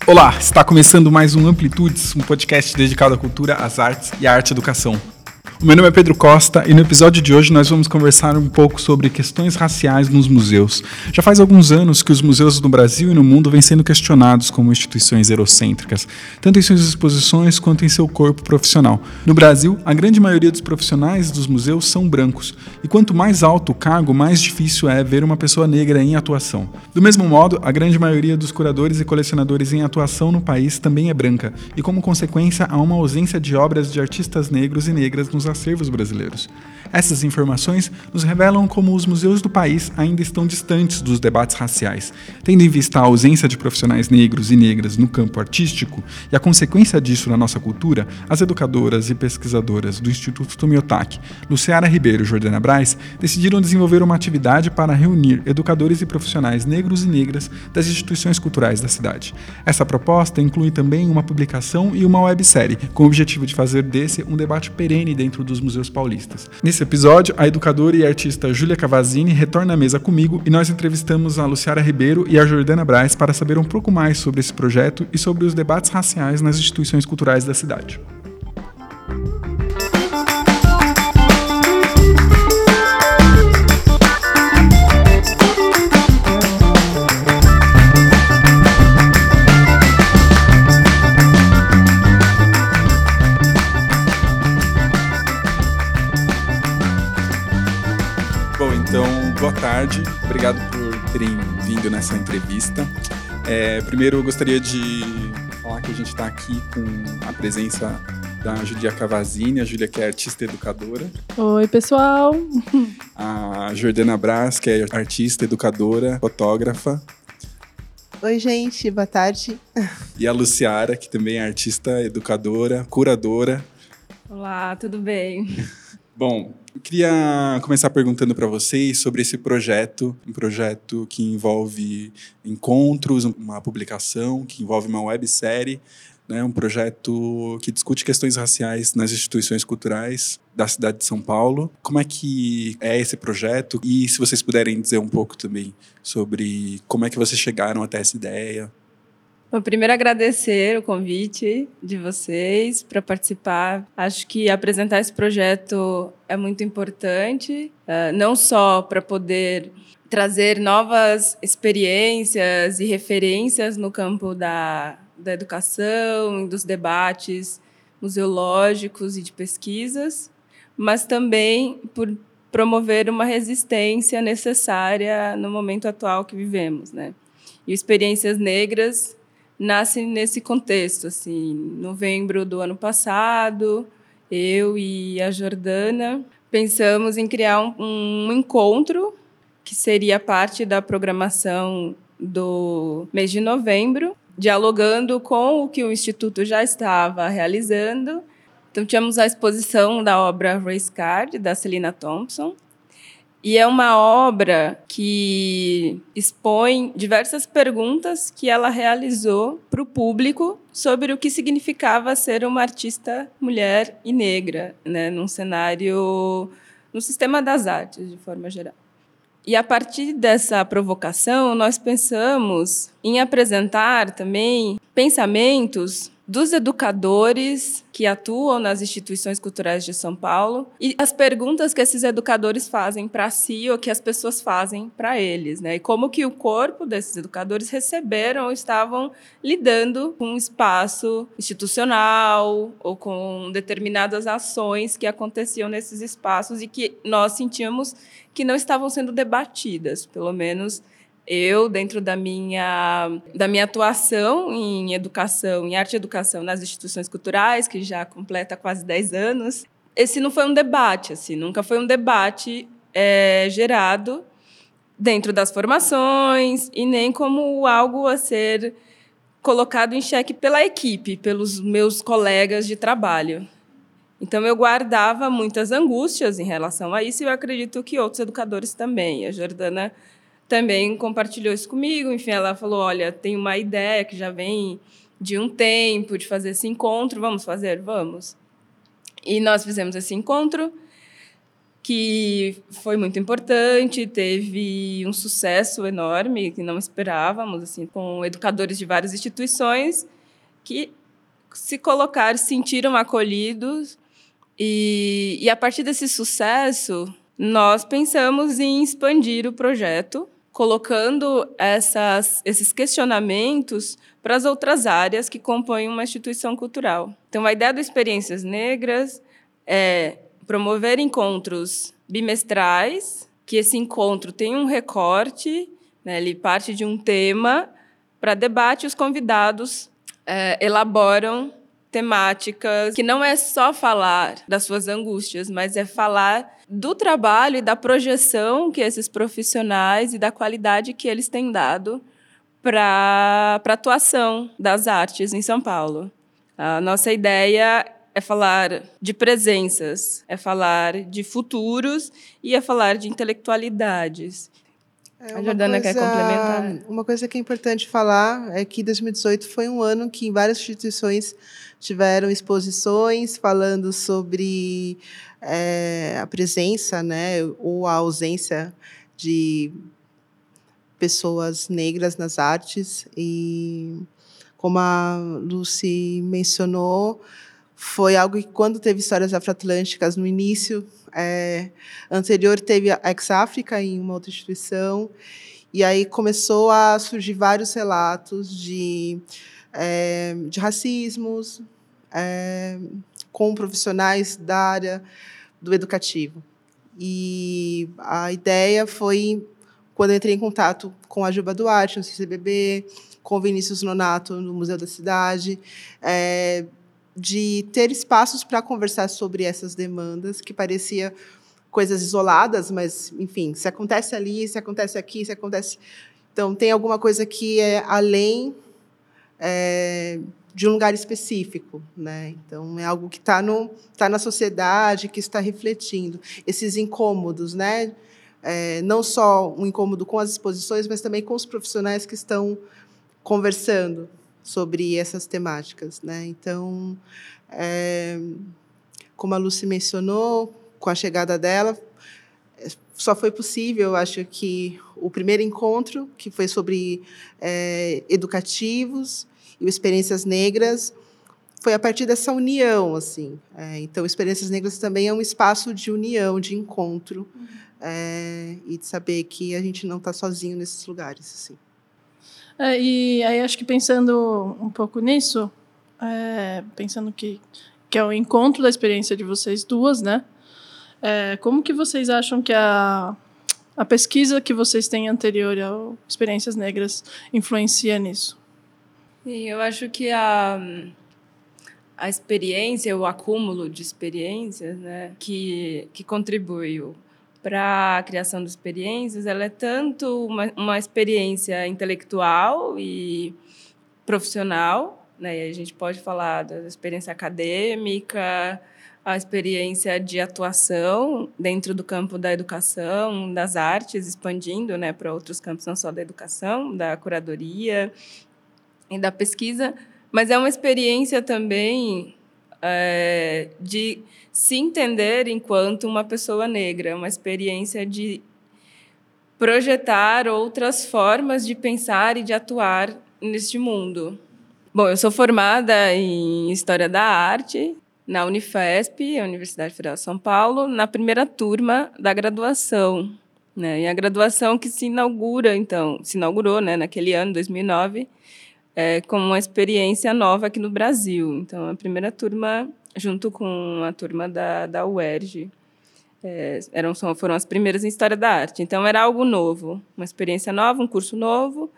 Olá, está começando mais um Amplitudes, um podcast dedicado à cultura, às artes e à arte-educação. O meu nome é Pedro Costa e no episódio de hoje nós vamos conversar um pouco sobre questões raciais nos museus. Já faz alguns anos que os museus no Brasil e no mundo vêm sendo questionados como instituições eurocêntricas, tanto em suas exposições quanto em seu corpo profissional. No Brasil, a grande maioria dos profissionais dos museus são brancos, e quanto mais alto o cargo, mais difícil é ver uma pessoa negra em atuação. Do mesmo modo, a grande maioria dos curadores e colecionadores em atuação no país também é branca, e como consequência há uma ausência de obras de artistas negros e negras nos acervos brasileiros. Essas informações nos revelam como os museus do país ainda estão distantes dos debates raciais, tendo em vista a ausência de profissionais negros e negras no campo artístico e a consequência disso na nossa cultura. As educadoras e pesquisadoras do Instituto Tomiotaki, Luciara Ribeiro e Jordana Braz, decidiram desenvolver uma atividade para reunir educadores e profissionais negros e negras das instituições culturais da cidade. Essa proposta inclui também uma publicação e uma websérie, com o objetivo de fazer desse um debate perene dentro dos museus paulistas. Nesse episódio, a educadora e artista Júlia Cavazzini retorna à mesa comigo e nós entrevistamos a Luciara Ribeiro e a Jordana Braz para saber um pouco mais sobre esse projeto e sobre os debates raciais nas instituições culturais da cidade. Boa tarde, obrigado por terem vindo nessa entrevista. Primeiro, eu gostaria de falar que a gente está aqui com a presença da Júlia Cavazzini, a Júlia que é artista e educadora. Oi, pessoal! A Jordana Braz, que é artista, educadora, fotógrafa. Oi, gente, boa tarde. E a Luciara, que também é artista, educadora, curadora. Olá, tudo bem? Bom, eu queria começar perguntando para vocês sobre esse projeto, um projeto que envolve encontros, uma publicação, que envolve uma websérie, né, um projeto que discute questões raciais nas instituições culturais da cidade de São Paulo. Como é que é esse projeto? E se vocês puderem dizer um pouco também sobre como é que vocês chegaram até essa ideia. Bom, primeiro agradecer o convite de vocês para participar. Acho que apresentar esse projeto é muito importante, não só para poder trazer novas experiências e referências no campo da educação, dos debates museológicos e de pesquisas, mas também por promover uma resistência necessária no momento atual que vivemos, né? E Experiências Negras nasce nesse contexto, assim, em novembro do ano passado, eu e a Jordana pensamos em criar um encontro que seria parte da programação do mês de novembro, dialogando com o que o Instituto já estava realizando. Então, tínhamos a exposição da obra Race Card, da Celina Thompson, e é uma obra que expõe diversas perguntas que ela realizou para o público sobre o que significava ser uma artista mulher e negra, né, no sistema das artes, de forma geral. E, a partir dessa provocação, nós pensamos em apresentar também pensamentos dos educadores que atuam nas instituições culturais de São Paulo e as perguntas que esses educadores fazem para si ou que as pessoas fazem para eles, né? E como que o corpo desses educadores receberam ou estavam lidando com um espaço institucional ou com determinadas ações que aconteciam nesses espaços e que nós sentíamos que não estavam sendo debatidas, pelo menos eu, dentro da minha atuação em educação, em arte e educação nas instituições culturais, que já completa quase 10 anos, esse não foi um debate, assim, nunca foi um debate gerado dentro das formações e nem como algo a ser colocado em xeque pela equipe, pelos meus colegas de trabalho. Então, eu guardava muitas angústias em relação a isso e eu acredito que outros educadores também. A Jordana também compartilhou isso comigo. Enfim, ela falou, olha, tem uma ideia que já vem de um tempo de fazer esse encontro. Vamos fazer? Vamos. E nós fizemos esse encontro. que foi muito importante, teve um sucesso enorme, que não esperávamos, assim, com educadores de várias instituições que se sentiram acolhidos. E a partir desse sucesso, nós pensamos em expandir o projeto, colocando esses questionamentos para as outras áreas que compõem uma instituição cultural. Então, a ideia do Experiências Negras é promover encontros bimestrais, que esse encontro tem um recorte, né, ele parte de um tema para debate, os convidados elaboram temáticas que não é só falar das suas angústias, mas é falar do trabalho e da projeção que esses profissionais e da qualidade que eles têm dado para a atuação das artes em São Paulo. A nossa ideia é falar de presenças, é falar de futuros e é falar de intelectualidades. A Jordana quer complementar? Uma coisa que é importante falar é que 2018 foi um ano que várias instituições tiveram exposições falando sobre a presença, né, ou a ausência de pessoas negras nas artes. E, como a Lucy mencionou, foi algo que, quando teve Histórias Afroatlânticas no início, anterior teve a Ex-África em uma outra instituição, e aí começou a surgir vários relatos de racismos com profissionais da área do educativo. E a ideia foi, quando eu entrei em contato com a Juba Duarte, no CCBB, com o Vinícius Nonato, no Museu da Cidade, de ter espaços para conversar sobre essas demandas, que parecia coisas isoladas, mas, enfim, se acontece ali, se acontece aqui, se acontece... Então, tem alguma coisa que é além de um lugar específico, né? Então, é algo que está na sociedade, que está refletindo. Esses incômodos, né? Não só um incômodo com as exposições, mas também com os profissionais que estão conversando sobre essas temáticas, né? Então, como a Lucy mencionou, com a chegada dela, só foi possível, acho que, o primeiro encontro, que foi sobre educativos e Experiências Negras, foi a partir dessa união, assim. Então, Experiências Negras também é um espaço de união, de encontro, e de saber que a gente não está sozinho nesses lugares, assim. E aí, acho que pensando um pouco nisso, pensando que é o encontro da experiência de vocês duas, né? Como que vocês acham que a pesquisa que vocês têm anterior ao Experiências Negras influencia nisso? Sim, eu acho que a experiência, o acúmulo de experiências, né, que contribuiu para a criação de experiências, ela é tanto uma experiência intelectual e profissional, né? E a gente pode falar da experiência acadêmica, a experiência de atuação dentro do campo da educação, das artes, expandindo, né, para outros campos, não só da educação, da curadoria e da pesquisa, mas é uma experiência também de se entender enquanto uma pessoa negra, uma experiência de projetar outras formas de pensar e de atuar neste mundo. Bom, eu sou formada em História da Arte na Unifesp, a Universidade Federal de São Paulo, na primeira turma da graduação, né? E a graduação que se inaugurou, né, naquele ano, 2009, como uma experiência nova aqui no Brasil. Então, a primeira turma, junto com a turma da UERJ, foram as primeiras em História da Arte. Então, era algo novo, uma experiência nova, um curso novo.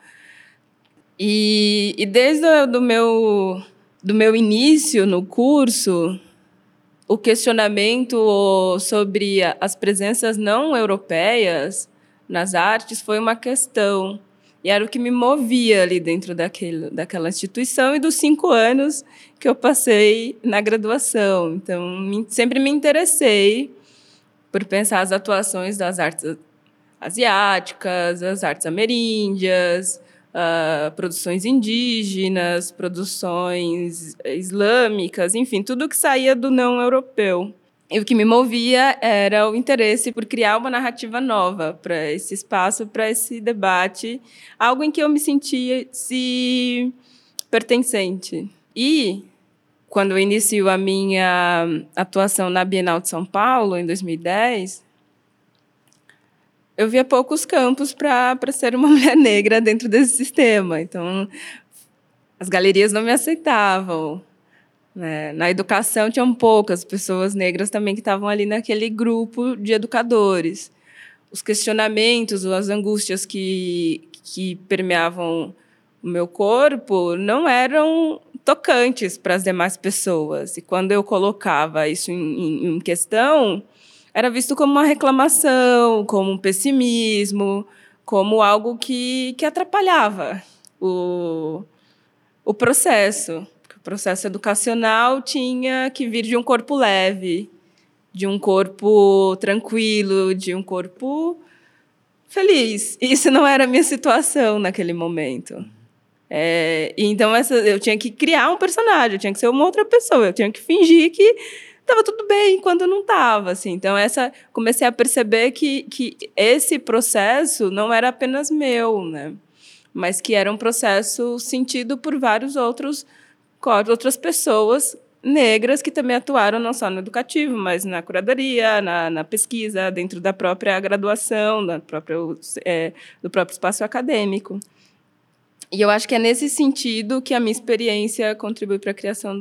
E desde do meu início no curso, o questionamento sobre as presenças não europeias nas artes foi uma questão. E era o que me movia ali dentro daquela instituição e dos 5 anos que eu passei na graduação. Então, sempre me interessei por pensar as atuações das artes asiáticas, as artes ameríndias, produções indígenas, produções islâmicas, enfim, tudo que saía do não europeu. E o que me movia era o interesse por criar uma narrativa nova para esse espaço, para esse debate, algo em que eu me sentia pertencente. E, quando eu inicio a minha atuação na Bienal de São Paulo, em 2010, eu via poucos campos para ser uma mulher negra dentro desse sistema. Então, as galerias não me aceitavam. Na educação, tinham poucas pessoas negras também que estavam ali naquele grupo de educadores. Os questionamentos, as angústias que permeavam o meu corpo não eram tocantes para as demais pessoas. E quando eu colocava isso em questão, era visto como uma reclamação, como um pessimismo, como algo que atrapalhava o processo. O processo educacional tinha que vir de um corpo leve, de um corpo tranquilo, de um corpo feliz. Isso não era a minha situação naquele momento. Então, eu tinha que criar um personagem, eu tinha que ser uma outra pessoa, eu tinha que fingir que estava tudo bem quando não estava. Assim. Então, comecei a perceber que esse processo não era apenas meu, né? Mas que era um processo sentido por vários outras pessoas negras que também atuaram não só no educativo, mas na curadoria, na pesquisa, dentro da própria graduação, do próprio espaço acadêmico. E eu acho que é nesse sentido que a minha experiência contribui para a criação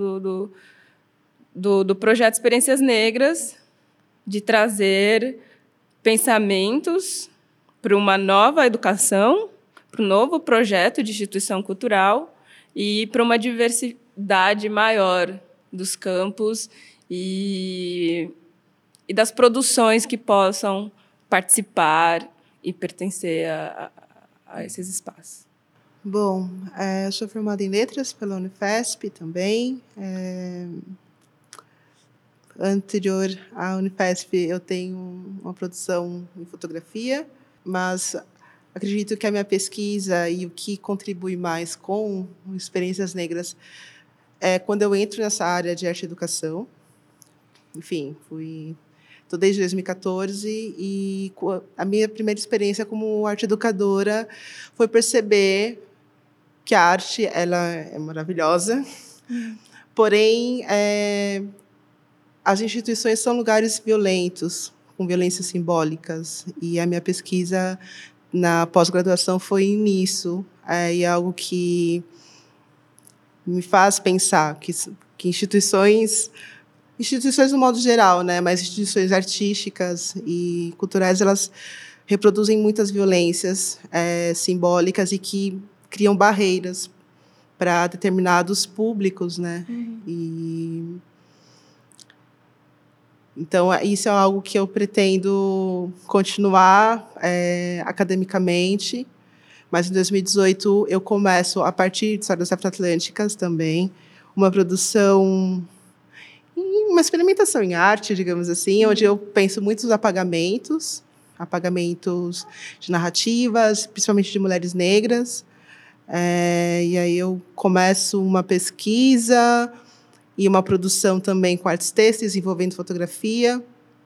do projeto Experiências Negras, de trazer pensamentos para uma nova educação, para um novo projeto de instituição cultural e para uma diversidade maior dos campos e das produções que possam participar e pertencer a esses espaços. Bom, eu sou formada em Letras pela Unifesp também. Anterior à Unifesp, eu tenho uma produção em fotografia, mas acredito que a minha pesquisa e o que contribui mais com Experiências Negras é quando eu entro nessa área de arte e educação. Enfim, estou desde 2014 e a minha primeira experiência como arte educadora foi perceber que a arte ela é maravilhosa, porém as instituições são lugares violentos, com violências simbólicas, e a minha pesquisa na pós-graduação foi nisso, e é algo que me faz pensar que instituições no modo geral, né, mas instituições artísticas e culturais, elas reproduzem muitas violências simbólicas e que criam barreiras para determinados públicos, né? Então, isso é algo que eu pretendo continuar academicamente, mas em 2018 eu começo, a partir de Histórias Afroatlânticas também, uma produção, uma experimentação em arte, digamos assim, onde eu penso muito nos apagamentos de narrativas, principalmente de mulheres negras. E aí eu começo uma pesquisa e uma produção também com artes têxteis, envolvendo fotografia.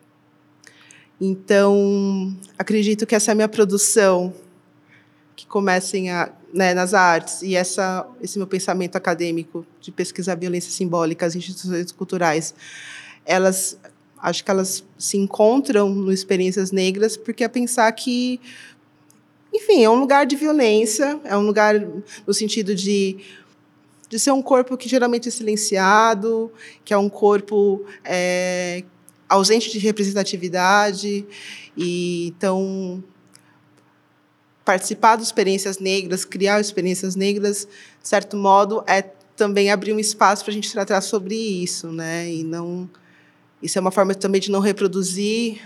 Então, acredito que essa é a minha produção, que começa nas artes, e esse meu pensamento acadêmico de pesquisar violências simbólicas em instituições culturais, acho que elas se encontram no Experiências Negras, porque é pensar que, enfim, é um lugar de violência, é um lugar no sentido de ser um corpo que geralmente é silenciado, que é um corpo ausente de representatividade. E, então, participar das experiências negras, criar experiências negras, de certo modo, é também abrir um espaço para a gente tratar sobre isso, né? E não, isso é uma forma também de não reproduzir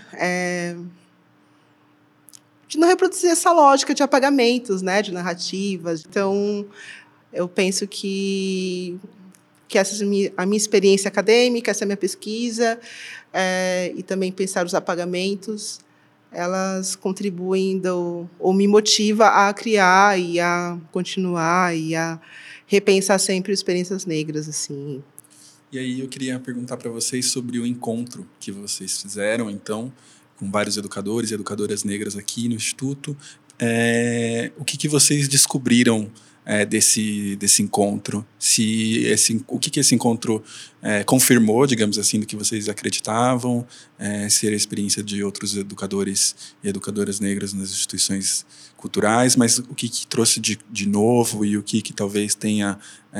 essa lógica de apagamentos, né? De narrativas. Então, eu penso que essa é a minha experiência acadêmica, essa é a minha pesquisa, e também pensar os apagamentos, elas contribuem ou me motiva a criar e a continuar e a repensar sempre experiências negras, assim. E aí eu queria perguntar para vocês sobre o encontro que vocês fizeram, então, com vários educadores e educadoras negras aqui no Instituto. O que vocês descobriram desse encontro? O que esse encontro confirmou, digamos assim, do que vocês acreditavam, se era a experiência de outros educadores e educadoras negras nas instituições culturais, mas o que trouxe de novo e o que talvez tenha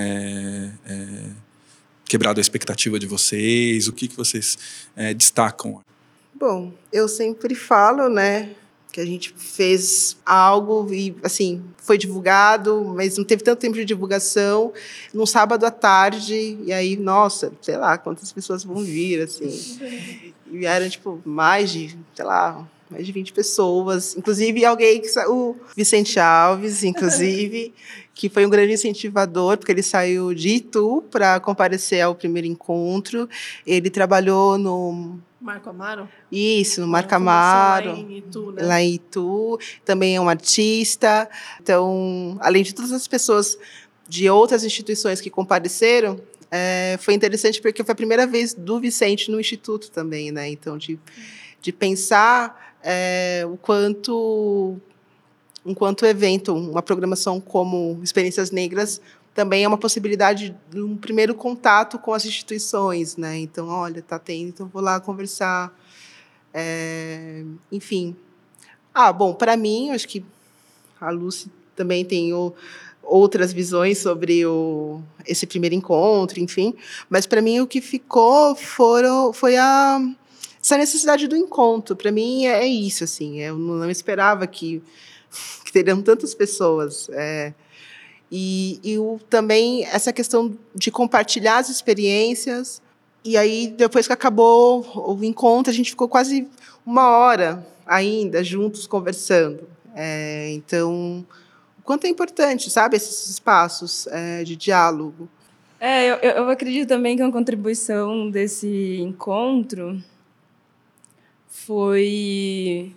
quebrado a expectativa de vocês, o que vocês destacam? Bom, eu sempre falo, né, que a gente fez algo e, assim, foi divulgado, mas não teve tanto tempo de divulgação, num sábado à tarde, e aí, nossa, sei lá quantas pessoas vão vir, assim. E eram, tipo, mais de 20 pessoas, inclusive alguém o Vicente Alves, inclusive, que foi um grande incentivador, porque ele saiu de Itu para comparecer ao primeiro encontro. Ele trabalhou no Marco Amaro? Isso, no Marco Amaro. Lá em Itu, né? Lá em Itu. Também é um artista. Então, além de todas as pessoas de outras instituições que compareceram, foi interessante porque foi a primeira vez do Vicente no Instituto também, né? Então, de pensar o quanto evento, uma programação como Experiências Negras, também é uma possibilidade de um primeiro contato com as instituições, né? Então, olha, tá tendo, então vou lá conversar. Enfim. Bom, para mim, acho que a Lucy também tem outras visões sobre esse primeiro encontro, enfim. Mas, para mim, o que ficou foi essa necessidade do encontro. Para mim, é isso, assim. Eu não esperava que teriam tantas pessoas. Também essa questão de compartilhar as experiências. E aí, depois que acabou o encontro, a gente ficou quase 1 hora ainda juntos conversando. Então, o quanto é importante, sabe, esses espaços de diálogo. Eu acredito também que uma contribuição desse encontro foi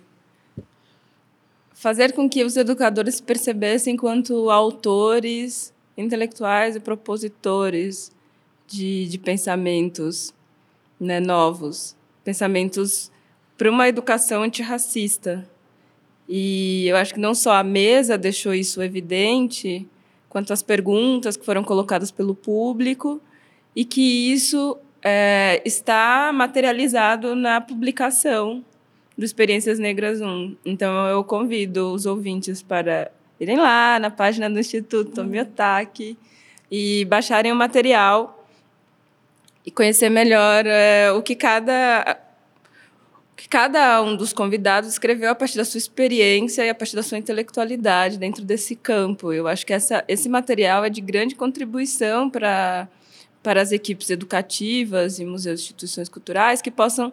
fazer com que os educadores se percebessem enquanto autores intelectuais e propositores de pensamentos, né, novos, pensamentos para uma educação antirracista. E eu acho que não só a mesa deixou isso evidente, quanto as perguntas que foram colocadas pelo público, e que isso está materializado na publicação do Experiências Negras 1. Então, eu convido os ouvintes para irem lá na página do Instituto Tomi Otaki e baixarem o material e conhecer melhor o que cada um dos convidados escreveu a partir da sua experiência e a partir da sua intelectualidade dentro desse campo. Eu acho que esse material é de grande contribuição para as equipes educativas e museus e instituições culturais que possam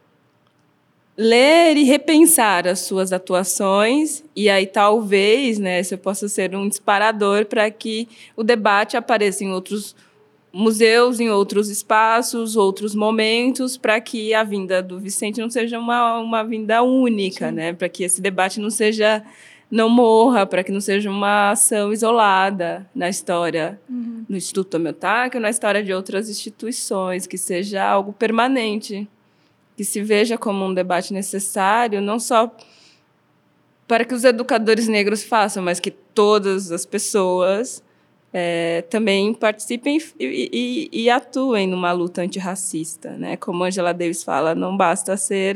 ler e repensar as suas atuações, e aí talvez, né, isso possa ser um disparador para que o debate apareça em outros museus, em outros espaços, outros momentos, para que a vinda do Vicente não seja uma vinda única, né, para que esse debate não morra, para que não seja uma ação isolada na história do Instituto Tomi Otaki ou na história de outras instituições, que seja algo permanente, que se veja como um debate necessário, não só para que os educadores negros façam, mas que todas as pessoas também participem e atuem numa luta antirracista, né? Como Angela Davis fala, não basta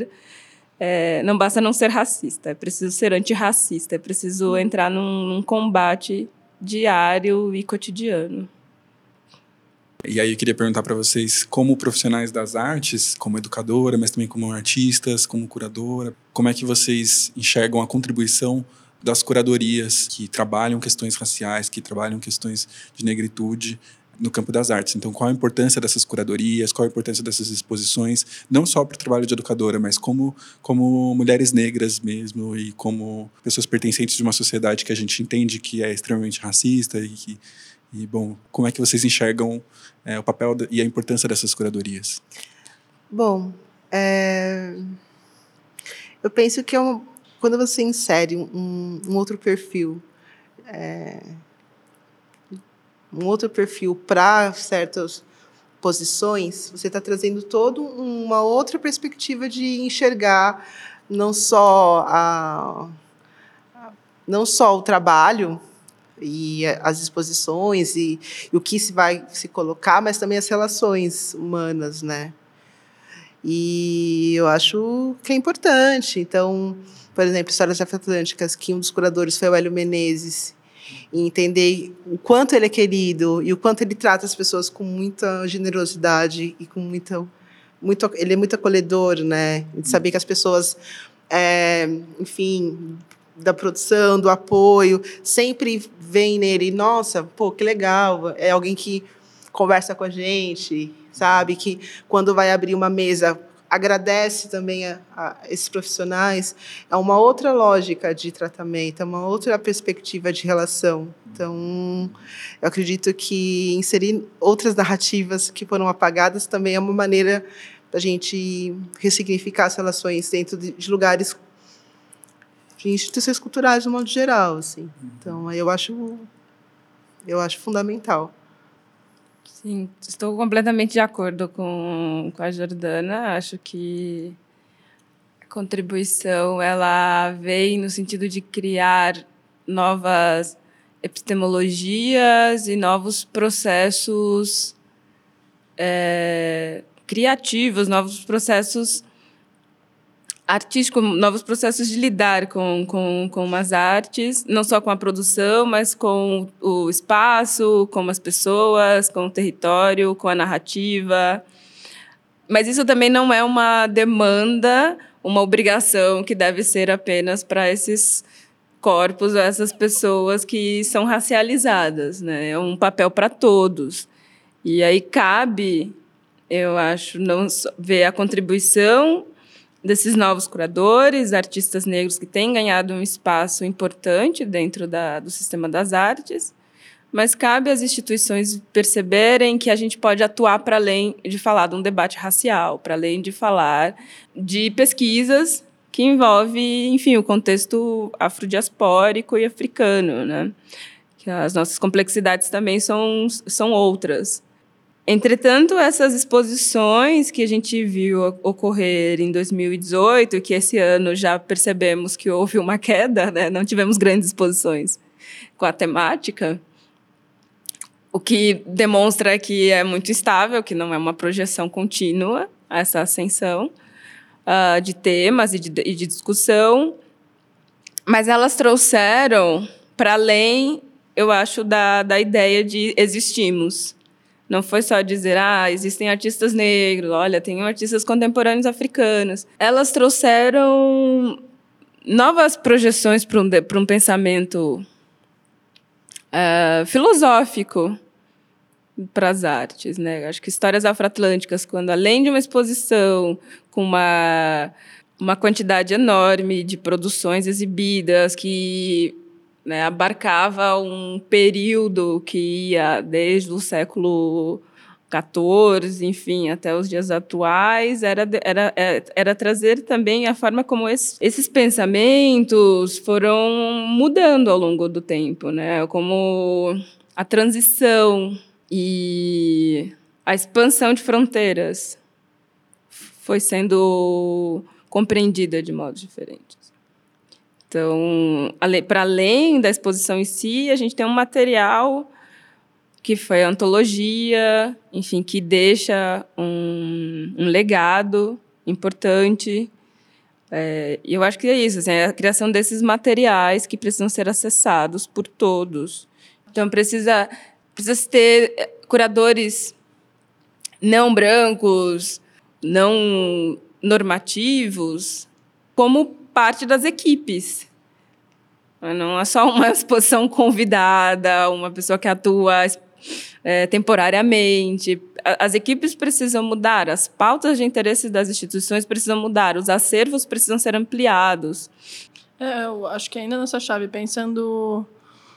não ser racista, é preciso ser antirracista, é preciso entrar num combate diário e cotidiano. E aí eu queria perguntar para vocês, como profissionais das artes, como educadora, mas também como artistas, como curadora, como é que vocês enxergam a contribuição das curadorias que trabalham questões raciais, que trabalham questões de negritude no campo das artes? Então, qual a importância dessas curadorias, qual a importância dessas exposições, não só para o trabalho de educadora, mas como mulheres negras mesmo e como pessoas pertencentes de uma sociedade que a gente entende que é extremamente racista e, bom, como é que vocês enxergam o papel e a importância dessas curadorias? Bom, eu penso que quando você insere um outro perfil, para certos posições, você está trazendo toda uma outra perspectiva de enxergar não só o trabalho e as exposições e o que se vai se colocar, mas também as relações humanas, né? E eu acho que é importante. Então, por exemplo, Histórias Afroatlânticas, que um dos curadores foi o Hélio Menezes, e entender o quanto ele é querido e o quanto ele trata as pessoas com muita generosidade e com ele é muito acolhedor, né? De saber que as pessoas, enfim, da produção, do apoio, sempre veem nele, nossa, pô, que legal, é alguém que conversa com a gente, sabe? Que quando vai abrir uma mesa, agradece também a esses profissionais. É uma outra lógica de tratamento, é uma outra perspectiva de relação. Então, eu acredito que inserir outras narrativas que foram apagadas também é uma maneira da gente ressignificar as relações dentro de lugares, de instituições culturais, no modo geral, assim. Então, eu acho fundamental. Sim, estou completamente de acordo com a Jordana. Acho que a contribuição ela vem no sentido de criar novas epistemologias e novos processos criativos, novos processos artístico, novos processos de lidar com as artes, não só com a produção, mas com o espaço, com as pessoas, com o território, com a narrativa. Mas isso também não é uma demanda, uma obrigação que deve ser apenas para esses corpos, essas pessoas que são racializadas, né? É um papel para todos. E aí cabe, eu acho, não só ver a contribuição desses novos curadores, artistas negros que têm ganhado um espaço importante dentro do sistema das artes, mas cabe às instituições perceberem que a gente pode atuar para além de falar de um debate racial, para além de falar de pesquisas que envolvem, enfim, o contexto afrodiaspórico e africano, né? Que as nossas complexidades também são outras. Entretanto, essas exposições que a gente viu ocorrer em 2018, que esse ano já percebemos que houve uma queda, né? Não tivemos grandes exposições com a temática, o que demonstra que é muito instável, que não é uma projeção contínua essa ascensão de temas e de discussão, mas elas trouxeram para além, eu acho, da ideia de existimos. Não foi só dizer, existem artistas negros, olha, tem artistas contemporâneos africanos. Elas trouxeram novas projeções para um pensamento filosófico para as artes, né? Acho que Histórias Afroatlânticas, quando além de uma exposição com uma quantidade enorme de produções exibidas que abarcava um período que ia desde o século XIV, enfim, até os dias atuais, era trazer também a forma como esses pensamentos foram mudando ao longo do tempo, né? Como a transição e a expansão de fronteiras foi sendo compreendida de modos diferentes. Então, para além da exposição em si, a gente tem um material que foi a antologia, enfim, que deixa um legado importante. E eu acho que é isso, assim, é a criação desses materiais que precisam ser acessados por todos. Então, precisa ter curadores não brancos, não normativos, como parte das equipes. Não é só uma exposição convidada, uma pessoa que atua temporariamente. As equipes precisam mudar, as pautas de interesse das instituições precisam mudar, os acervos precisam ser ampliados. Eu acho que ainda nessa chave, pensando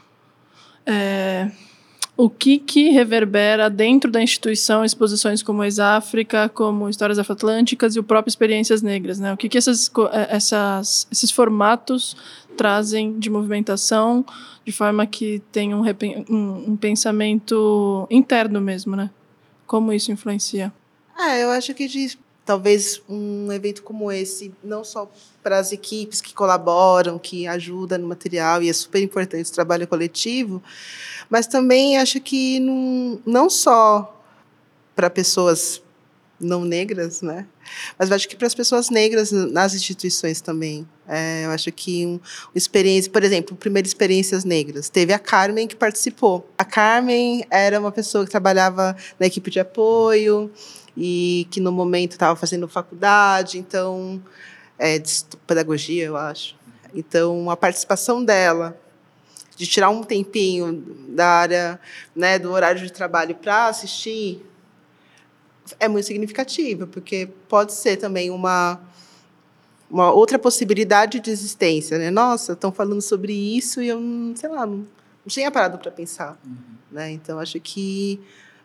o que reverbera dentro da instituição exposições como Ex-África, como Histórias Afroatlânticas e o próprio Experiências Negras, né? O que esses formatos trazem de movimentação, de forma que tenha um pensamento interno mesmo, né? Como isso influencia? Eu acho que talvez um evento como esse, não só para as equipes que colaboram, que ajudam no material, e é super importante o trabalho coletivo, mas também acho que não só para pessoas não negras, né? Mas eu acho que para as pessoas negras nas instituições também. Eu acho que uma experiência, por exemplo, Primeira Experiências Negras, teve a Carmen que participou. A Carmen era uma pessoa que trabalhava na equipe de apoio e que no momento estava fazendo faculdade, então, de pedagogia, eu acho. Então, a participação dela, de tirar um tempinho da área, né, do horário de trabalho para assistir, é muito significativa, porque pode ser também uma outra possibilidade de existência, né? Nossa, estão falando sobre isso e eu, sei lá, não tinha parado para pensar. Né? Então, acho que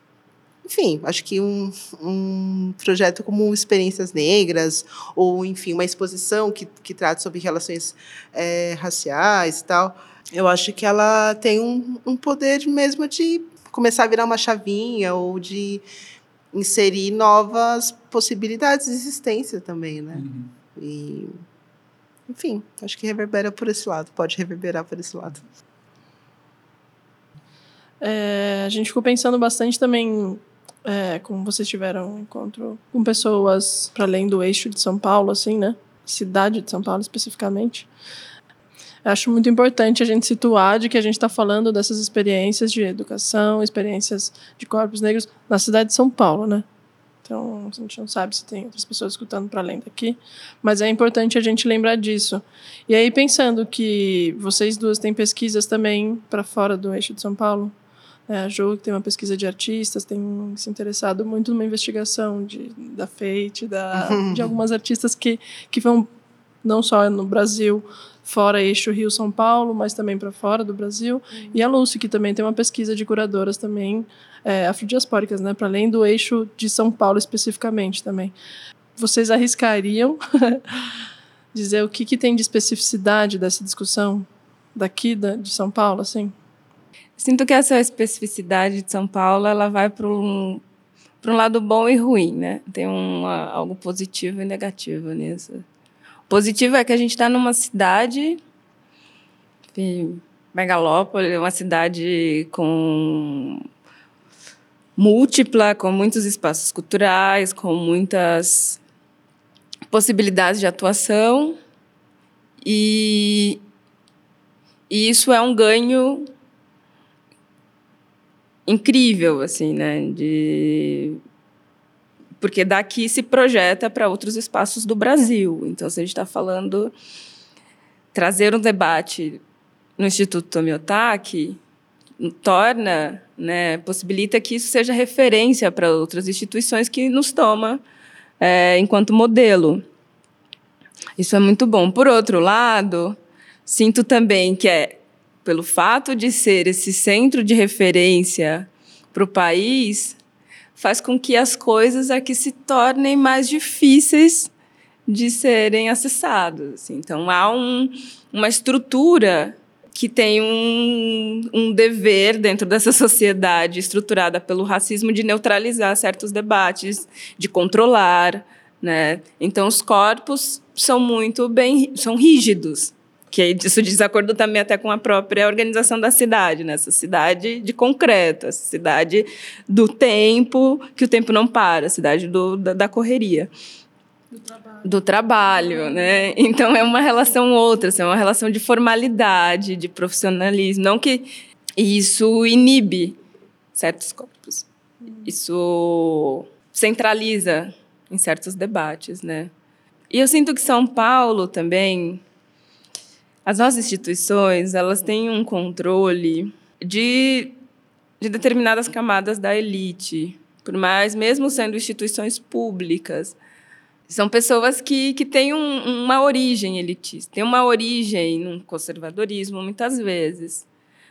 um projeto como Experiências Negras, ou, enfim, uma exposição que trata sobre relações raciais e tal, eu acho que ela tem um poder mesmo de começar a virar uma chavinha ou de inserir novas possibilidades de existência também, né? E, enfim, acho que reverbera por esse lado, pode reverberar por esse lado. A gente ficou pensando bastante também, como vocês tiveram um encontro com pessoas para além do eixo de São Paulo, assim, né? Cidade de São Paulo, especificamente. Acho muito importante a gente situar de que a gente está falando dessas experiências de educação, experiências de corpos negros na cidade de São Paulo, né? Então, a gente não sabe se tem outras pessoas escutando para além daqui, mas é importante a gente lembrar disso. E aí, pensando que vocês duas têm pesquisas também para fora do eixo de São Paulo, a Jo, que tem uma pesquisa de artistas, tem se interessado muito numa investigação da Fate, de algumas artistas que vão não só no Brasil, fora eixo Rio-São Paulo, mas também para fora do Brasil. E a Lúcia, que também tem uma pesquisa de curadoras também afrodiaspóricas, né, para além do eixo de São Paulo especificamente também. Vocês arriscariam dizer o que tem de especificidade dessa discussão daqui de São Paulo, assim? Sinto que essa especificidade de São Paulo ela vai para um lado bom e ruim, né? Tem algo positivo e negativo nisso. Positivo é que a gente está numa cidade, enfim, megalópole, uma cidade múltipla, com muitos espaços culturais, com muitas possibilidades de atuação, e isso é um ganho incrível, assim, né? Porque daqui se projeta para outros espaços do Brasil. Então, se a gente está falando, trazer um debate no Instituto Tomi Otaki torna, né, possibilita que isso seja referência para outras instituições que nos tomam enquanto modelo. Isso é muito bom. Por outro lado, sinto também que pelo fato de ser esse centro de referência para o país, faz com que as coisas aqui se tornem mais difíceis de serem acessadas. Assim. Então, há uma estrutura que tem um dever dentro dessa sociedade estruturada pelo racismo de neutralizar certos debates, de controlar. Né? Então, os corpos são rígidos. Que isso de desacordo também até com a própria organização da cidade, né? Essa cidade de concreto, essa cidade do tempo, que o tempo não para, a cidade da correria. Do trabalho, né? Então, é uma relação outra, assim, é uma relação de formalidade, de profissionalismo. Não que isso inibe certos corpos. Isso centraliza em certos debates, né? E eu sinto que São Paulo também... As nossas instituições, elas têm um controle de determinadas camadas da elite, por mais, mesmo sendo instituições públicas. São pessoas que têm uma origem elitista, têm uma origem num conservadorismo, muitas vezes.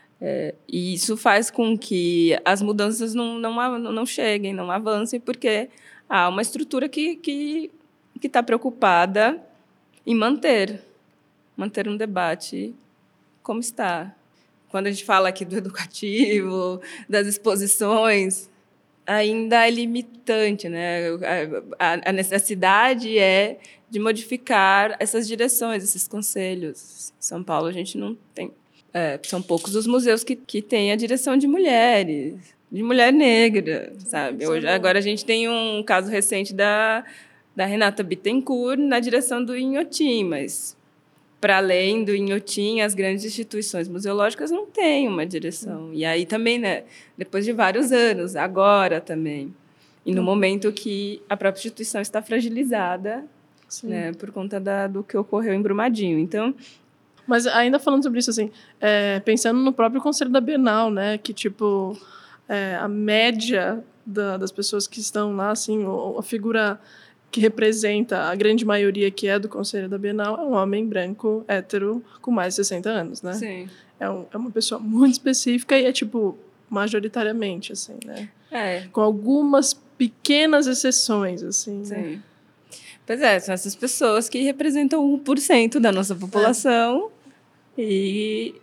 E isso faz com que as mudanças não cheguem, não avancem, porque há uma estrutura que está preocupada em manter um debate como está. Quando a gente fala aqui do educativo, das exposições, ainda é limitante, né? A necessidade é de modificar essas direções, esses conselhos. Em São Paulo, a gente não tem. São poucos os museus que têm a direção de mulheres, de mulher negra, sabe? Agora a gente tem um caso recente da Renata Bittencourt na direção do Inhotim, mas para além do Inhotim, as grandes instituições museológicas não têm uma direção. E aí também, né, depois de vários anos, agora também, e no momento que a própria instituição está fragilizada, né, por conta do que ocorreu em Brumadinho. Então, mas ainda falando sobre isso, assim, pensando no próprio Conselho da Bienal, né, que, tipo, a média das pessoas que estão lá, assim, a figura que representa a grande maioria que é do Conselho da Bienal é um homem branco, hétero, com mais de 60 anos, né? sim. É uma pessoa muito específica e tipo, majoritariamente, assim, né? Com algumas pequenas exceções, assim, sim. né? Pois são essas pessoas que representam 1% da nossa população e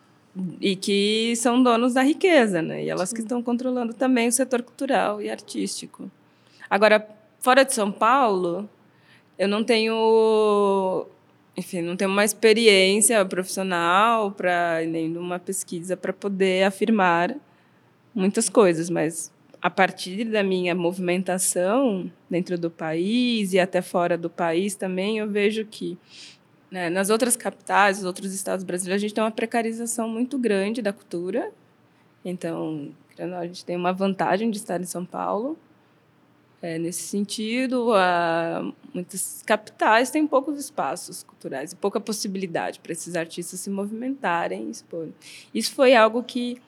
que são donos da riqueza, né? E elas que estão controlando também o setor cultural e artístico. Agora, fora de São Paulo, eu não tenho, enfim, não tenho uma experiência profissional nem uma pesquisa para poder afirmar muitas coisas, mas a partir da minha movimentação dentro do país e até fora do país também, eu vejo que, né, nas outras capitais, nos outros estados brasileiros, a gente tem uma precarização muito grande da cultura. Então, a gente tem uma vantagem de estar em São Paulo. Nesse sentido, muitas capitais têm poucos espaços culturais e pouca possibilidade para esses artistas se movimentarem e expor. Isso foi algo que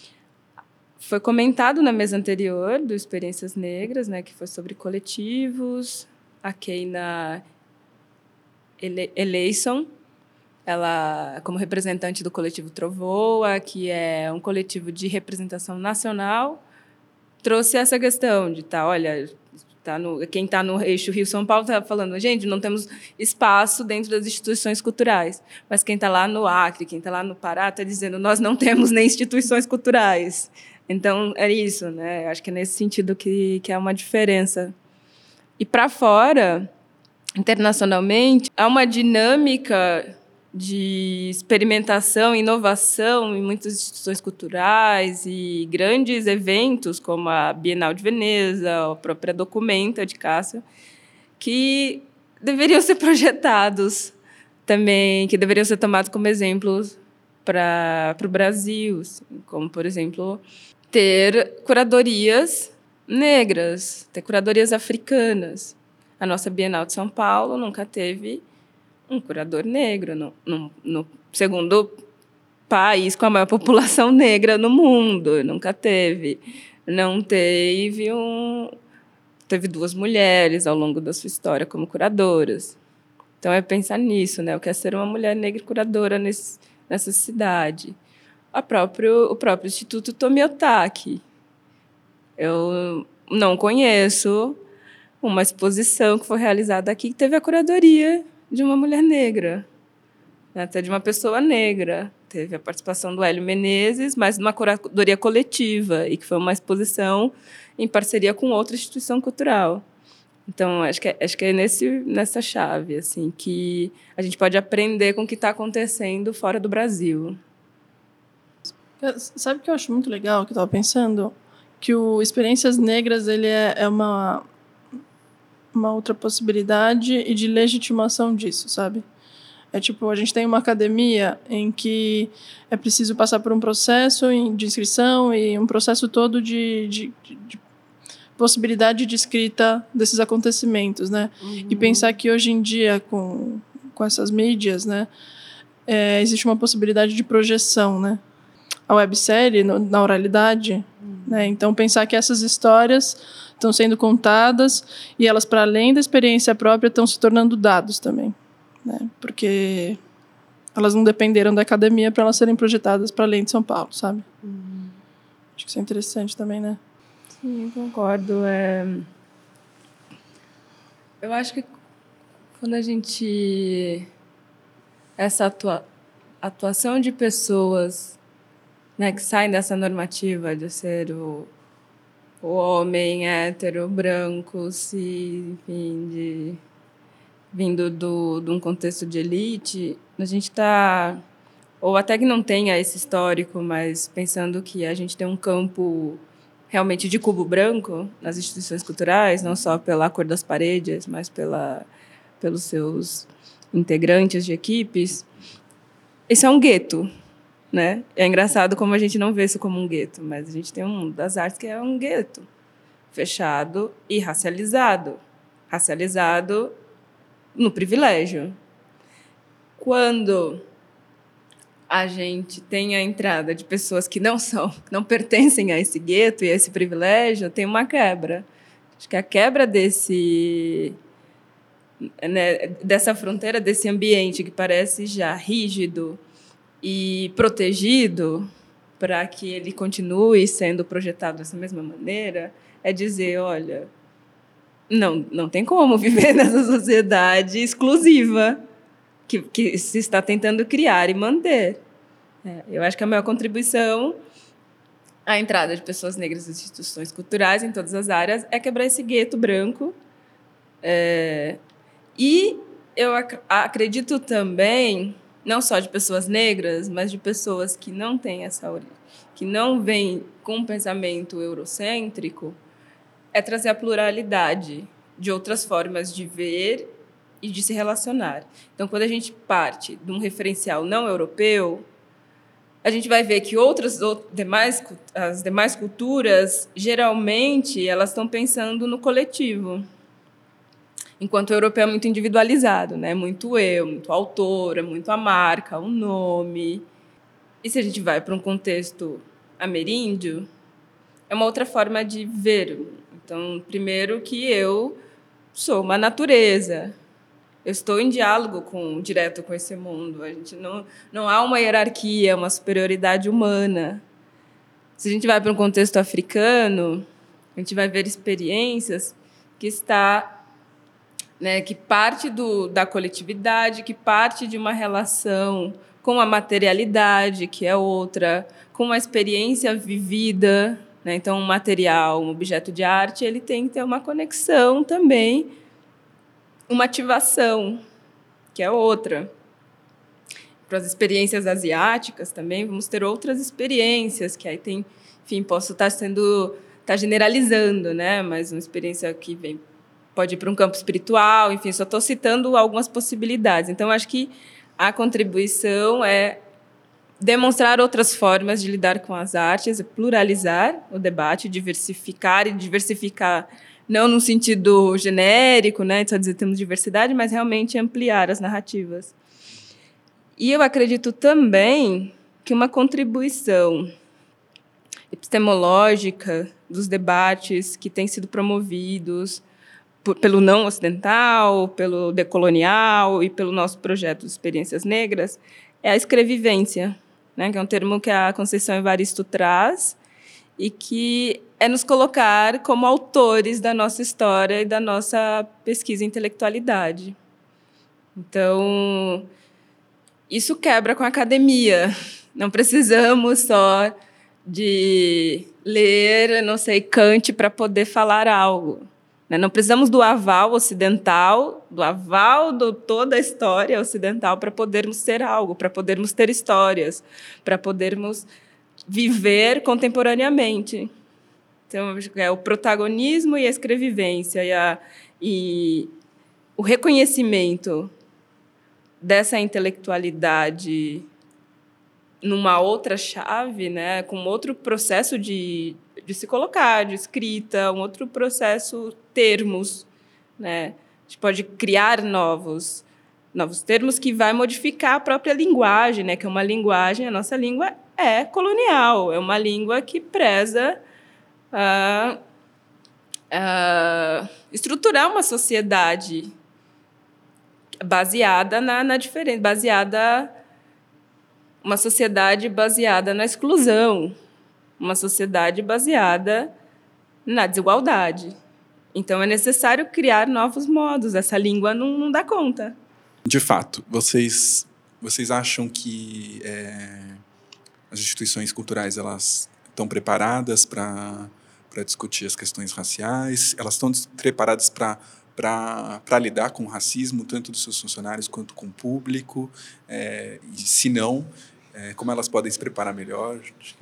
foi comentado na mesa anterior do Experiências Negras, né, que foi sobre coletivos. A Keina Eleison, ela, como representante do coletivo Trovoa, que é um coletivo de representação nacional, trouxe essa questão de olha, quem está no eixo Rio-São Paulo está falando, gente, não temos espaço dentro das instituições culturais. Mas quem está lá no Acre, quem está lá no Pará, está dizendo, nós não temos nem instituições culturais. Então, é isso, né? Acho que é nesse sentido que há uma diferença. E para fora, internacionalmente, há uma dinâmica de experimentação e inovação em muitas instituições culturais e grandes eventos, como a Bienal de Veneza, a própria Documenta de Cássio, que deveriam ser projetados também, que deveriam ser tomados como exemplos para o Brasil, assim, como, por exemplo, ter curadorias negras, ter curadorias africanas. A nossa Bienal de São Paulo nunca teve um curador negro, no segundo país com a maior população negra no mundo. Nunca teve. Não teve Teve 2 mulheres ao longo da sua história como curadoras. Então, é pensar nisso, né? O que é ser uma mulher negra curadora nessa cidade. O próprio Instituto Tomiotaki. Eu não conheço uma exposição que foi realizada aqui que teve a curadoria de uma mulher negra, até de uma pessoa negra. Teve a participação do Hélio Menezes, mas numa curadoria coletiva, e que foi uma exposição em parceria com outra instituição cultural. Então, acho que é nessa chave assim, que a gente pode aprender com o que está acontecendo fora do Brasil. Sabe o que eu acho muito legal, que eu estava pensando? Que o Experiências Negras ele é uma outra possibilidade e de legitimação disso, sabe? A gente tem uma academia em que é preciso passar por um processo de inscrição e um processo todo de possibilidade de escrita desses acontecimentos, né? Uhum. E pensar que hoje em dia, com essas mídias, né, existe uma possibilidade de projeção, né? A websérie, na oralidade, né? Então, pensar que essas histórias estão sendo contadas e elas, para além da experiência própria, estão se tornando dados também, né? Porque elas não dependeram da academia para elas serem projetadas para além de São Paulo, sabe? Acho que isso é interessante também, né? Sim, concordo. Eu acho que quando a gente... Essa atuação de pessoas, né, que saem dessa normativa de ser o homem hétero, branco, enfim, vindo de um contexto de elite, a gente está, ou até que não tenha esse histórico, mas pensando que a gente tem um campo realmente de cubo branco nas instituições culturais, não só pela cor das paredes, mas pelos seus integrantes de equipes, isso é um gueto, né? É engraçado como a gente não vê isso como um gueto, mas a gente tem um mundo das artes que é um gueto, fechado e racializado. Racializado no privilégio. Quando a gente tem a entrada de pessoas que não pertencem a esse gueto e a esse privilégio, tem uma quebra. Acho que a quebra dessa fronteira, desse ambiente que parece já rígido e protegido para que ele continue sendo projetado dessa mesma maneira, é dizer, olha, não tem como viver nessa sociedade exclusiva que se está tentando criar e manter. Eu acho que a maior contribuição à entrada de pessoas negras nas instituições culturais, em todas as áreas, é quebrar esse gueto branco. E eu acredito também, não só de pessoas negras, mas de pessoas que não têm essa origem, que não vêm com um pensamento eurocêntrico, é trazer a pluralidade de outras formas de ver e de se relacionar. Então, quando a gente parte de um referencial não europeu, a gente vai ver que as demais culturas, geralmente, elas estão pensando no coletivo. Enquanto o europeu é muito individualizado, né? Muito eu, muito autora, muito a marca, o nome. E se a gente vai para um contexto ameríndio, é uma outra forma de ver. Então, primeiro que eu sou uma natureza. Eu estou em diálogo direto com esse mundo. A gente não há uma hierarquia, uma superioridade humana. Se a gente vai para um contexto africano, a gente vai ver experiências que parte da coletividade, que parte de uma relação com a materialidade, que é outra, com uma experiência vivida, né? Então, um material, um objeto de arte, ele tem que ter uma conexão também, uma ativação, que é outra. Para as experiências asiáticas também, vamos ter outras experiências, que aí tem, enfim, posso estar generalizando, né? Mas uma experiência que pode ir para um campo espiritual, enfim, só estou citando algumas possibilidades. Então, acho que a contribuição é demonstrar outras formas de lidar com as artes, pluralizar o debate, diversificar não no sentido genérico, né, só dizer que temos diversidade, mas realmente ampliar as narrativas. E eu acredito também que uma contribuição epistemológica dos debates que têm sido promovidos pelo não ocidental, pelo decolonial e pelo nosso projeto de Experiências Negras, é a escrevivência, né, que é um termo que a Conceição Evaristo traz e que é nos colocar como autores da nossa história e da nossa pesquisa e intelectualidade. Então, isso quebra com a academia. Não precisamos só de ler, Kant para poder falar algo. Não precisamos do aval ocidental, do aval de toda a história ocidental para podermos ser algo, para podermos ter histórias, para podermos viver contemporaneamente. Então, é o protagonismo e a escrevivência e o reconhecimento dessa intelectualidade numa outra chave, né, com outro processo de se colocar, de escrita, um outro processo, termos, né? A gente pode criar novos termos que vai modificar a própria linguagem, né, que é uma linguagem, a nossa língua é colonial, é uma língua que preza estruturar uma sociedade baseada na diferença, uma sociedade baseada na exclusão, uma sociedade baseada na desigualdade. Então, é necessário criar novos modos. Essa língua não dá conta. De fato, vocês acham que as instituições culturais elas estão preparadas para para discutir as questões raciais? Elas estão preparadas para lidar com o racismo, tanto dos seus funcionários quanto com o público? E se não, como elas podem se preparar melhor?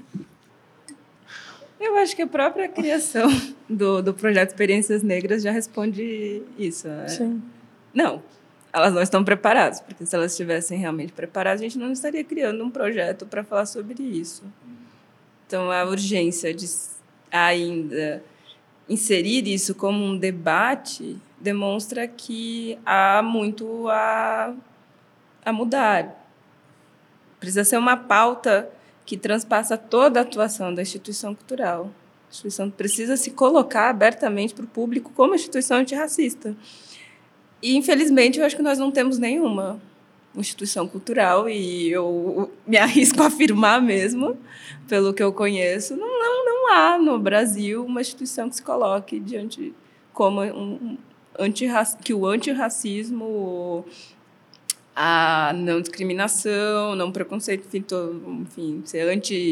Eu acho que a própria criação do projeto Experiências Negras já responde isso. Né? Sim. Não, elas não estão preparadas, porque se elas estivessem realmente preparadas, a gente não estaria criando um projeto para falar sobre isso. Então, a urgência de ainda inserir isso como um debate demonstra que há muito a mudar. Precisa ser uma pauta que transpassa toda a atuação da instituição cultural. A instituição precisa se colocar abertamente para o público como instituição antirracista. E, infelizmente, eu acho que nós não temos nenhuma instituição cultural, e eu me arrisco a afirmar mesmo, pelo que eu conheço, não há no Brasil uma instituição que se coloque diante como que o antirracismo, a não discriminação, não preconceito, enfim ser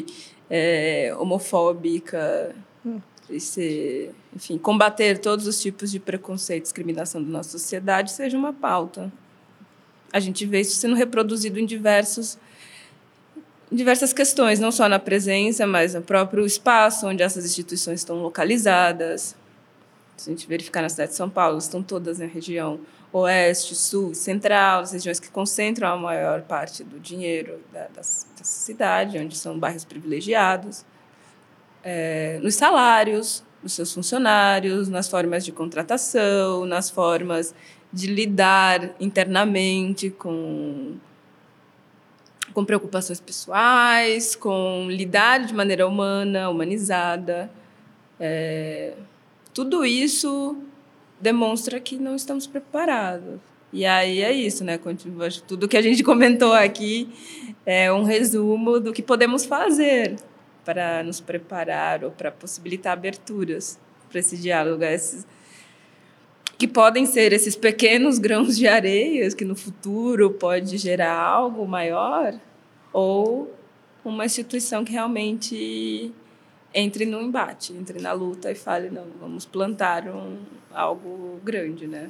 anti-homofóbica, enfim, combater todos os tipos de preconceito e discriminação da nossa sociedade seja uma pauta. A gente vê isso sendo reproduzido em diversas questões, não só na presença, mas no próprio espaço onde essas instituições estão localizadas. Se a gente verificar na cidade de São Paulo, estão todas na região oeste, sul, central, as regiões que concentram a maior parte do dinheiro da cidade, onde são bairros privilegiados, nos salários dos seus funcionários, nas formas de contratação, nas formas de lidar internamente com preocupações pessoais, com lidar de maneira humana, humanizada. Tudo isso demonstra que não estamos preparados. E aí é isso, né? Tudo que a gente comentou aqui é um resumo do que podemos fazer para nos preparar ou para possibilitar aberturas para esse diálogo, que podem ser esses pequenos grãos de areia que no futuro pode gerar algo maior, ou uma instituição que realmente entre no embate, entre na luta e fale, não, vamos plantar algo grande, né?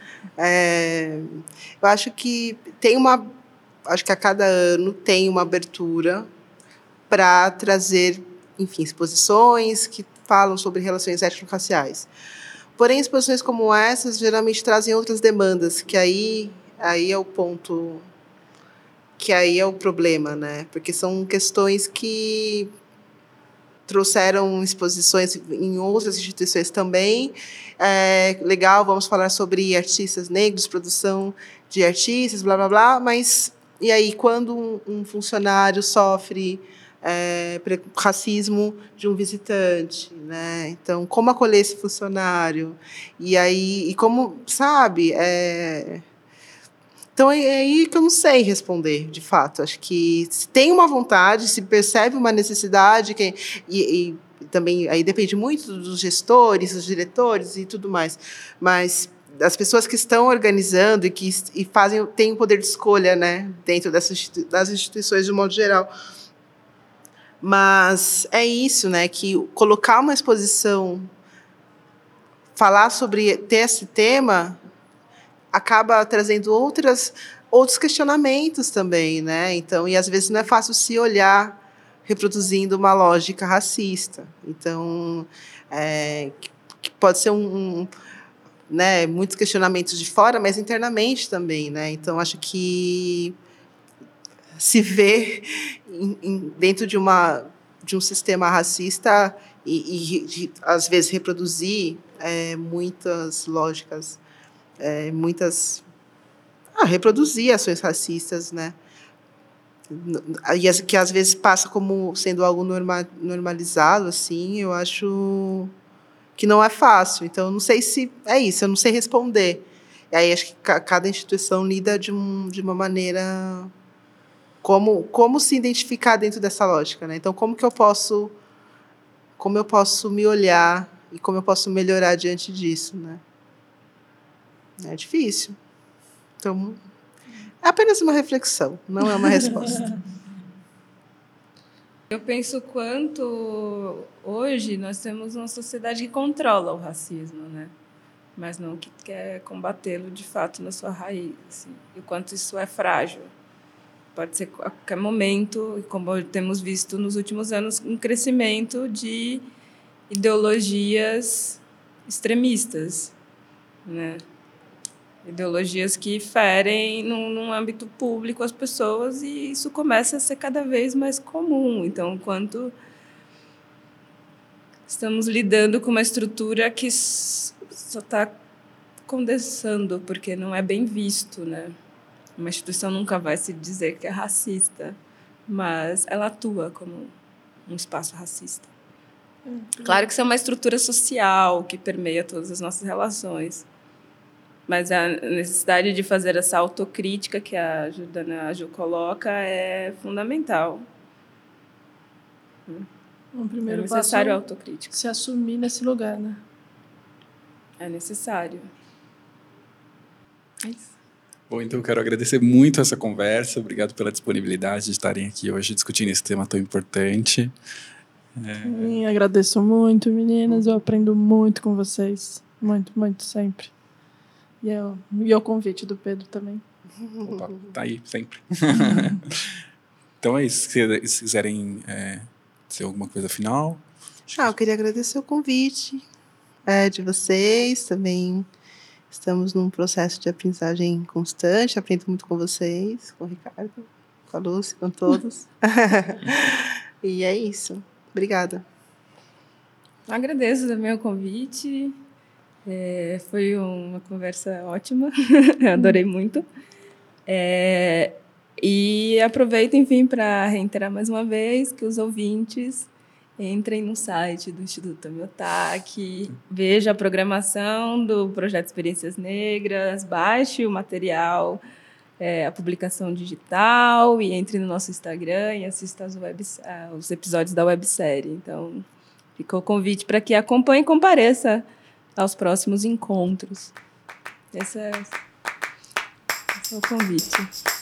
Eu acho que acho que a cada ano tem uma abertura para trazer, enfim, exposições que falam sobre relações étnico-raciais. Porém, exposições como essas geralmente trazem outras demandas, que aí é o ponto, que aí é o problema, né? Porque são questões que trouxeram exposições em outras instituições também. Legal, vamos falar sobre artistas negros, produção de artistas, blá, blá, blá, mas e aí, quando um funcionário sofre racismo de um visitante, né? Então, como acolher esse funcionário? E como, sabe? Então, é aí que eu não sei responder, de fato. Acho que se tem uma vontade, se percebe uma necessidade, e também aí depende muito dos gestores, dos diretores e tudo mais, mas das pessoas que estão organizando e têm o poder de escolha, né, dentro das instituições de um modo geral. Mas é isso, né, que colocar uma exposição, falar sobre ter esse tema, acaba trazendo outros questionamentos também, né? Então, e às vezes não é fácil se olhar reproduzindo uma lógica racista. Então, que pode ser né, muitos questionamentos de fora, mas internamente também, né? Então, acho que se vê dentro de um sistema racista e às vezes reproduzir muitas lógicas, reproduzir ações racistas, né? E que às vezes passa como sendo algo normalizado, assim, eu acho que não é fácil. Então, eu não sei se é isso, eu não sei responder. E aí acho que cada instituição lida de uma maneira como se identificar dentro dessa lógica, né? Então, como eu posso me olhar e como eu posso melhorar diante disso, né? É difícil. Então, é apenas uma reflexão, não é uma resposta. Eu penso quanto hoje nós temos uma sociedade que controla o racismo, né? Mas não que quer combatê-lo de fato na sua raiz. Assim. E o quanto isso é frágil. Pode ser a qualquer momento, e como temos visto nos últimos anos, um crescimento de ideologias extremistas, né? Ideologias que ferem num âmbito público as pessoas, e isso começa a ser cada vez mais comum. Então, enquanto estamos lidando com uma estrutura que só está condensando, porque não é bem visto, né? Uma instituição nunca vai se dizer que é racista, mas ela atua como um espaço racista. Claro que isso é uma estrutura social que permeia todas as nossas relações, mas a necessidade de fazer essa autocrítica que a Jordana Agil coloca é fundamental. Um primeiro é necessário passo, autocrítica. Se assumir nesse lugar, né? É necessário. É isso. Bom, então eu quero agradecer muito essa conversa. Obrigado pela disponibilidade de estarem aqui hoje discutindo esse tema tão importante. Agradeço muito, meninas. Eu aprendo muito com vocês. Muito, muito, sempre. E o convite do Pedro também. Opa, tá aí, sempre. Então é isso. Se quiserem dizer alguma coisa final. Eu queria agradecer o convite de vocês. Também estamos num processo de aprendizagem constante. Aprendo muito com vocês, com o Ricardo, com a Lúcia, com todos. E é isso. Obrigada. Agradeço também o convite. Foi uma conversa ótima. Eu adorei muito. E aproveito, enfim, para reiterar mais uma vez que os ouvintes entrem no site do Instituto Tomi Otaki, veja a programação do Projeto Experiências Negras, baixe o material, a publicação digital, e entre no nosso Instagram e assista os episódios da websérie. Então, fica o convite para que acompanhe e compareça aos próximos encontros. Esse é o convite.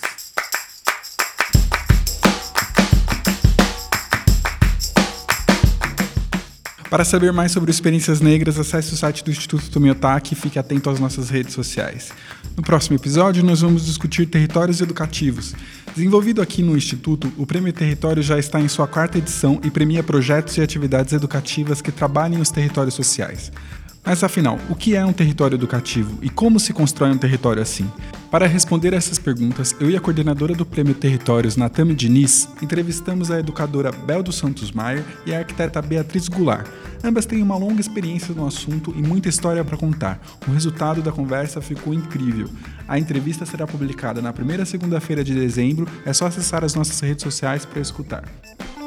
Para saber mais sobre Experiências Negras, acesse o site do Instituto Tomi Otaki e fique atento às nossas redes sociais. No próximo episódio, nós vamos discutir territórios educativos. Desenvolvido aqui no Instituto, o Prêmio Território já está em sua 4ª edição e premia projetos e atividades educativas que trabalhem os territórios sociais. Mas afinal, o que é um território educativo e como se constrói um território assim? Para responder essas perguntas, eu e a coordenadora do Prêmio Territórios, Natami Diniz, entrevistamos a educadora Bel dos Santos Maier e a arquiteta Beatriz Goulart. Ambas têm uma longa experiência no assunto e muita história para contar. O resultado da conversa ficou incrível. A entrevista será publicada na primeira segunda-feira de dezembro. É só acessar as nossas redes sociais para escutar.